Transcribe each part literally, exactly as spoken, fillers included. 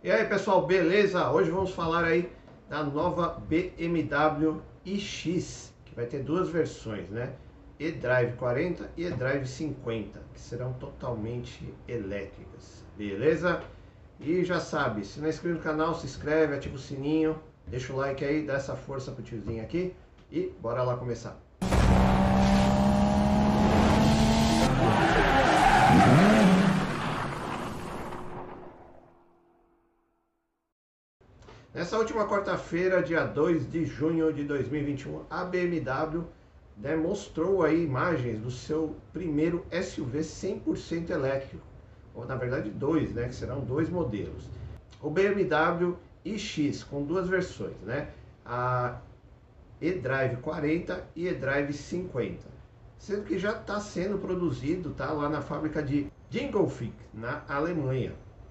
E aí pessoal, beleza? Hoje vamos falar aí da nova B M W iX, que vai ter duas versões, né? eDrive quarenta e eDrive cinquenta, que serão totalmente elétricas, beleza? E já sabe, se não é inscrito no canal, se inscreve, ativa o sininho, deixa o like aí, dá essa força pro tiozinho aqui e bora lá começar. Nessa última quarta-feira, dia dois de junho de dois mil e vinte e um, a B M W demonstrou aí imagens do seu primeiro S U V cem por cento elétrico, ou na verdade dois, né, que serão dois modelos. O B M W iX com duas versões, né, a eDrive quarenta e eDrive cinquenta, sendo que já está sendo produzido, tá, lá na fábrica de Dingolfing, na Alemanha.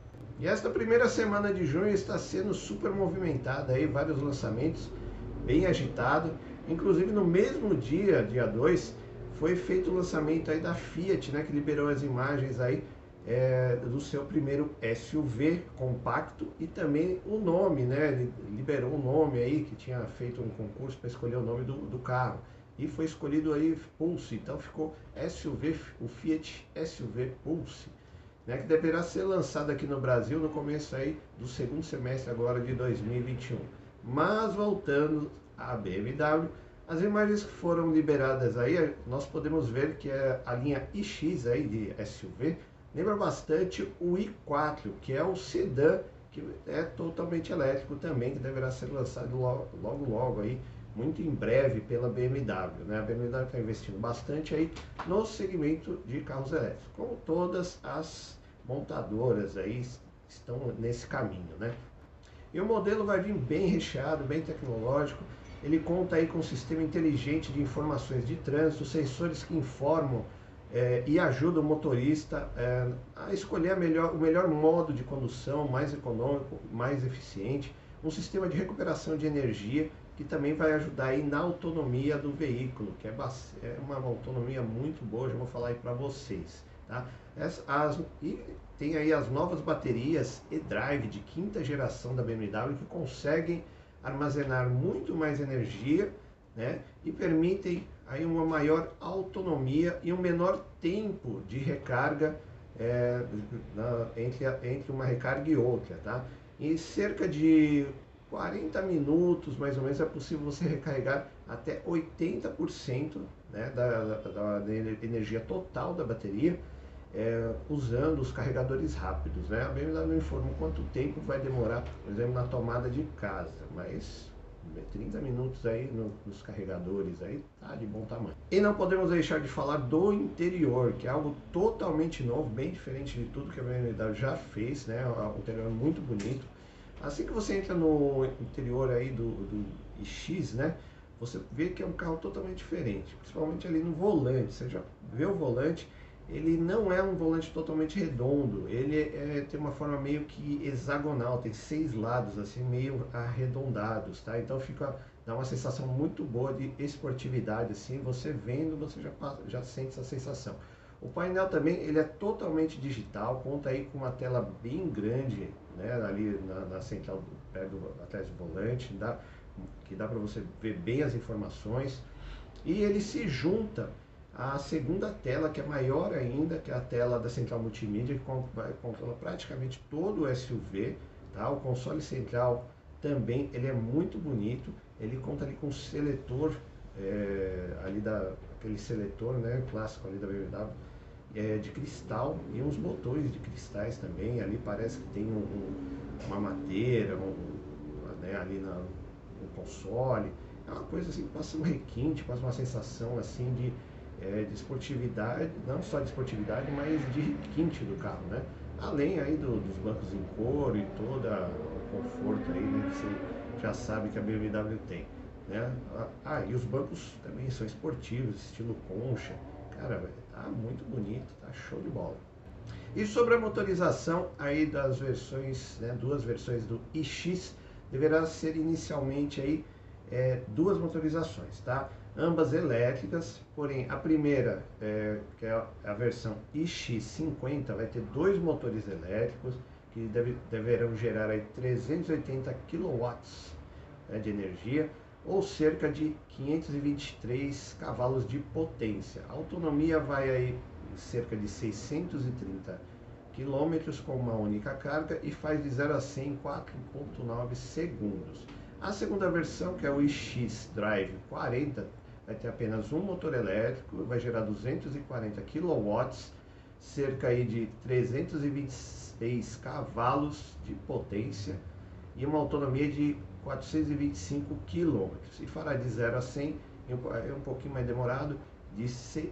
E esta primeira semana de junho está sendo super movimentada aí, vários lançamentos, bem agitado. Inclusive no mesmo dia, dia dois, foi feito o lançamento aí da Fiat, né, que liberou as imagens aí é, do seu primeiro S U V compacto e também o nome, né, ele liberou o nome aí, que tinha feito um concurso para escolher o nome do, do carro. E foi escolhido aí Pulse, então ficou S U V, o Fiat S U V Pulse, né, que deverá ser lançado aqui no Brasil no começo aí do segundo semestre agora de dois mil e vinte e um. Mas voltando à B M W, as imagens que foram liberadas aí, nós podemos ver que é a linha iX aí de S U V lembra bastante o i quatro, que é o sedã que é totalmente elétrico também, que deverá ser lançado logo logo, logo aí, muito em breve pela B M W, né? A B M W está investindo bastante aí no segmento de carros elétricos, como todas as montadoras aí estão nesse caminho, né? E o modelo vai vir bem recheado, bem tecnológico. Ele conta aí com um sistema inteligente de informações de trânsito, sensores que informam é, e ajudam o motorista é, a escolher a melhor, o melhor modo de condução, mais econômico, mais eficiente. Um sistema de recuperação de energia que também vai ajudar aí na autonomia do veículo, que é, é uma autonomia muito boa, já vou falar aí para vocês, tá? As, as, e tem aí as novas baterias eDrive de quinta geração da B M W que conseguem armazenar muito mais energia, né, e permitem aí uma maior autonomia e um menor tempo de recarga é, na, entre, a, entre uma recarga e outra, tá? Em cerca de quarenta minutos, mais ou menos, é possível você recarregar até oitenta por cento, né, da, da, da energia total da bateria, é, usando os carregadores rápidos, né? A B M W não informa quanto tempo vai demorar, por exemplo, na tomada de casa, mas trinta minutos aí no, nos carregadores aí tá de bom tamanho. E não podemos deixar de falar do interior, que é algo totalmente novo, bem diferente de tudo que a B M W já fez, né? Um interior muito bonito. Assim que você entra no interior aí do, do iX, né, você vê que é um carro totalmente diferente, principalmente ali no volante. Você já vê o volante, ele não é um volante totalmente redondo, ele é, tem uma forma meio que hexagonal, tem seis lados assim meio arredondados, tá? Então fica, dá uma sensação muito boa de esportividade, assim, você vendo, você já, já sente essa sensação. O painel também, ele é totalmente digital, conta aí com uma tela bem grande, né, ali na, na central, perto do, atrás do volante, dá, que dá para você ver bem as informações. E ele se junta à segunda tela, que é maior ainda, que é a tela da central multimídia, que controla praticamente todo o S U V, tá? O console central também, ele é muito bonito, ele conta ali com um seletor, é, ali da, aquele seletor, né, clássico ali da B M W, É, de cristal, e uns botões de cristais também. Ali parece que tem um, um, uma madeira, um, né, ali na, no console. É uma coisa assim que passa um requinte, passa uma sensação assim de, é, de esportividade, não só de esportividade, mas de requinte do carro, né? Além aí do, dos bancos em couro e todo o conforto aí, né, que você já sabe que a B M W tem, né? Ah, e os bancos também são esportivos, estilo concha. Cara, tá muito bonito, tá show de bola. E sobre a motorização aí das versões, né, duas versões do iX, deverá ser inicialmente aí é, duas motorizações, tá? Ambas elétricas, porém a primeira, é, que é a versão iX cinquenta, vai ter dois motores elétricos que deve, deverão gerar aí trezentos e oitenta quilowatts, né, de energia, ou cerca de quinhentos e vinte e três cavalos de potência. A autonomia vai aí cerca de seiscentos e trinta quilômetros com uma única carga e faz de zero a cem em quatro vírgula nove segundos. A segunda versão, que é o iX-Drive quarenta, vai ter apenas um motor elétrico, vai gerar duzentos e quarenta quilowatts, cerca aí de trezentos e vinte e seis cavalos de potência e uma autonomia de quatrocentos e vinte e cinco quilômetros, e fará de zero a cem, é um pouquinho mais demorado, de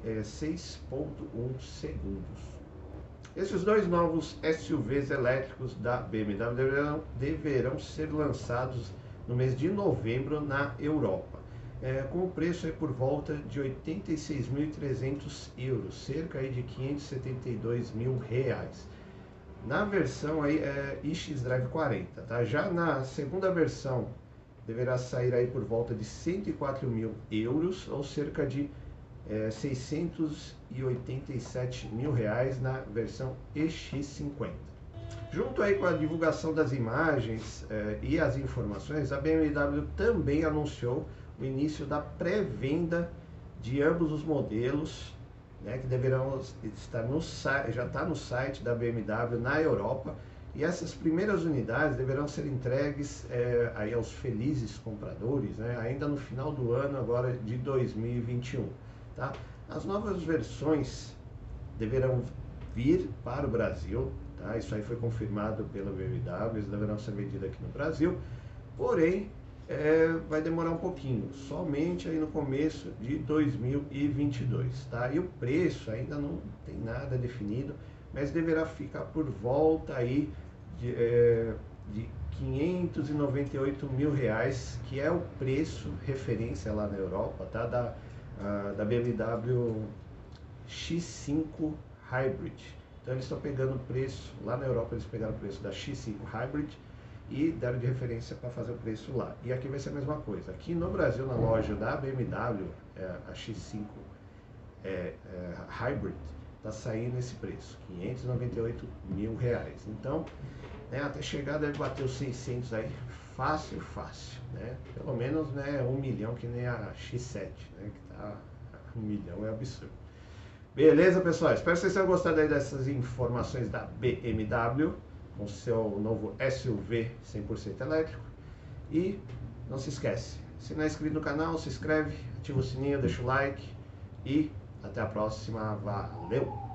seis vírgula um segundos. Esses dois novos S U Vs elétricos da B M W deverão, deverão ser lançados no mês de novembro na Europa, é, com o preço aí por volta de oitenta e seis mil e trezentos euros, cerca aí de quinhentos e setenta e dois mil reais. Na versão aí é iX-Drive quarenta, tá? Já na segunda versão deverá sair aí por volta de cento e quatro mil euros, ou cerca de é, seiscentos e oitenta e sete mil reais na versão E X cinquenta. Junto aí com a divulgação das imagens é, e as informações, a B M W também anunciou o início da pré-venda de ambos os modelos, né, que deverão estar no site, já está no site da B M W na Europa, e essas primeiras unidades deverão ser entregues é, aí aos felizes compradores, né, ainda no final do ano agora de dois mil e vinte e um. Tá? As novas versões deverão vir para o Brasil, tá? Isso aí foi confirmado pela B M W, eles deverão ser vendidos aqui no Brasil, porém É, vai demorar um pouquinho, somente aí no começo de dois mil e vinte e dois, tá? E o preço ainda não tem nada definido, mas deverá ficar por volta aí de, é, de quinhentos e noventa e oito mil reais, que é o preço referência lá na Europa, tá? Da, a, da B M W X cinco Hybrid. Então eles estão pegando o preço, lá na Europa eles pegaram o preço da X cinco Hybrid e deram de referência para fazer o preço lá. E aqui vai ser a mesma coisa. Aqui no Brasil, na loja da B M W, é, a X cinco é, é, Hybrid está saindo esse preço, quinhentos e noventa e oito mil reais. Então, né, até chegar deve bater os seiscentos aí, fácil, fácil, né? Pelo menos, né, um milhão, que nem a X sete, né, que tá um milhão, é absurdo. Beleza, pessoal? Espero que vocês tenham gostado aí dessas informações da B M W, com seu novo S U V cem por cento elétrico. E não se esquece, se não é inscrito no canal, se inscreve, ativa o sininho, deixa o like e até a próxima. Valeu!